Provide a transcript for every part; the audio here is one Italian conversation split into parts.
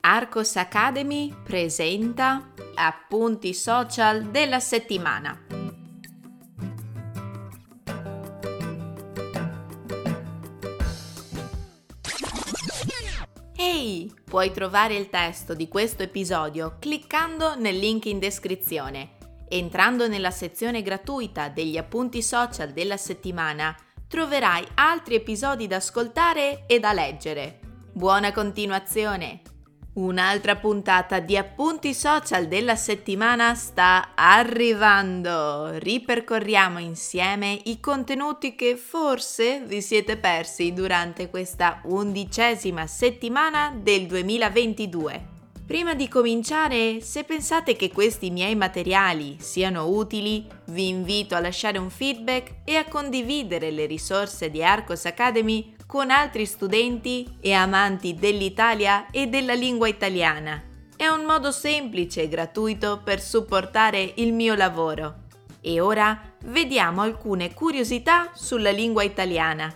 Arcos Academy presenta Appunti social della settimana. Ehi, puoi trovare il testo di questo episodio cliccando nel link in descrizione. Entrando nella sezione gratuita degli appunti social della settimana, troverai altri episodi da ascoltare e da leggere. Buona continuazione! Un'altra puntata di appunti social della settimana sta arrivando. Ripercorriamo insieme i contenuti che forse vi siete persi durante questa 11ª settimana del 2022. Prima di cominciare, se pensate che questi miei materiali siano utili, vi invito a lasciare un feedback e a condividere le risorse di Arcos Academy con altri studenti e amanti dell'Italia e della lingua italiana. È un modo semplice e gratuito per supportare il mio lavoro. E ora vediamo alcune curiosità sulla lingua italiana.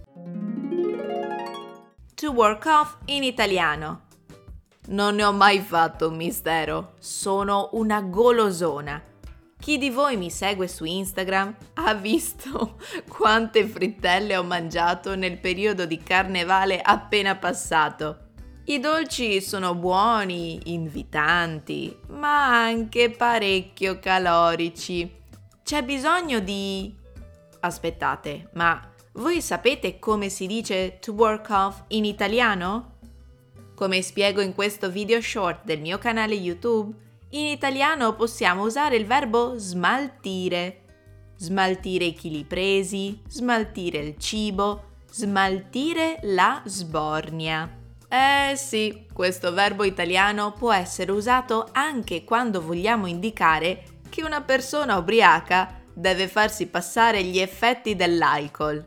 To work off in italiano. Non ne ho mai fatto un mistero, sono una golosona. Chi di voi mi segue su Instagram ha visto quante frittelle ho mangiato nel periodo di carnevale appena passato. I dolci sono buoni, invitanti, ma anche parecchio calorici. C'è bisogno di... Aspettate, ma voi sapete come si dice to work off in italiano? Come spiego in questo video short del mio canale YouTube, in italiano possiamo usare il verbo smaltire. Smaltire i chili presi, smaltire il cibo, smaltire la sbornia. Sì, questo verbo italiano può essere usato anche quando vogliamo indicare che una persona ubriaca deve farsi passare gli effetti dell'alcol.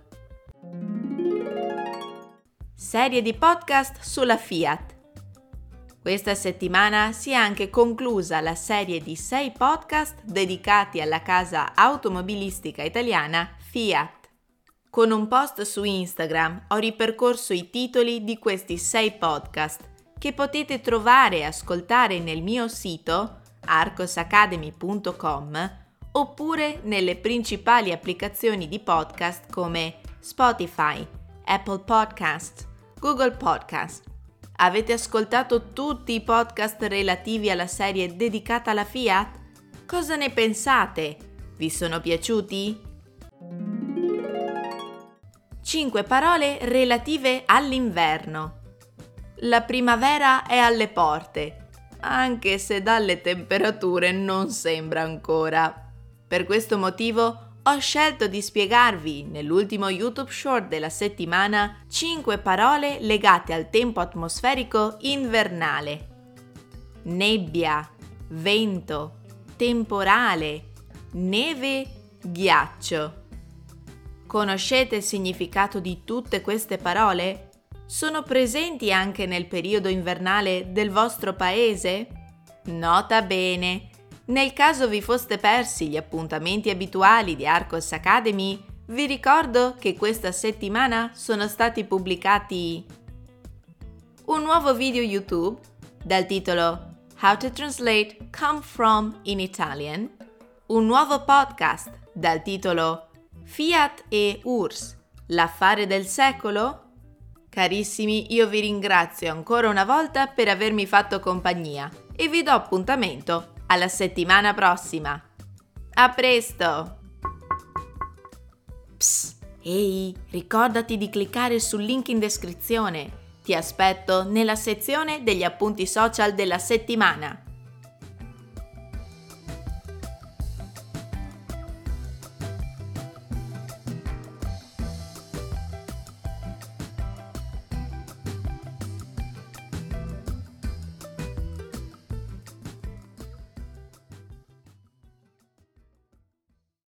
Serie di podcast sulla Fiat. Questa settimana si è anche conclusa la serie di 6 podcast dedicati alla casa automobilistica italiana Fiat. Con un post su Instagram ho ripercorso i titoli di questi 6 podcast che potete trovare e ascoltare nel mio sito arcosacademy.com oppure nelle principali applicazioni di podcast come Spotify, Apple Podcast, Google Podcast. Avete ascoltato tutti i podcast relativi alla serie dedicata alla Fiat? Cosa ne pensate? Vi sono piaciuti? 5 parole relative all'inverno. La primavera è alle porte, anche se dalle temperature non sembra ancora. Per questo motivo ho scelto di spiegarvi nell'ultimo YouTube Short della settimana 5 parole legate al tempo atmosferico invernale. Nebbia, vento, temporale, neve, ghiaccio. Conoscete il significato di tutte queste parole? Sono presenti anche nel periodo invernale del vostro paese? Nota bene! Nel caso vi foste persi gli appuntamenti abituali di Arcos Academy, vi ricordo che questa settimana sono stati pubblicati un nuovo video YouTube dal titolo How to Translate Come From in Italian, un nuovo podcast dal titolo Fiat e URSS, l'affare del secolo? Carissimi, io vi ringrazio ancora una volta per avermi fatto compagnia e vi do appuntamento alla settimana prossima. A presto! Psst, ehi, ricordati di cliccare sul link in descrizione. Ti aspetto nella sezione degli appunti social della settimana.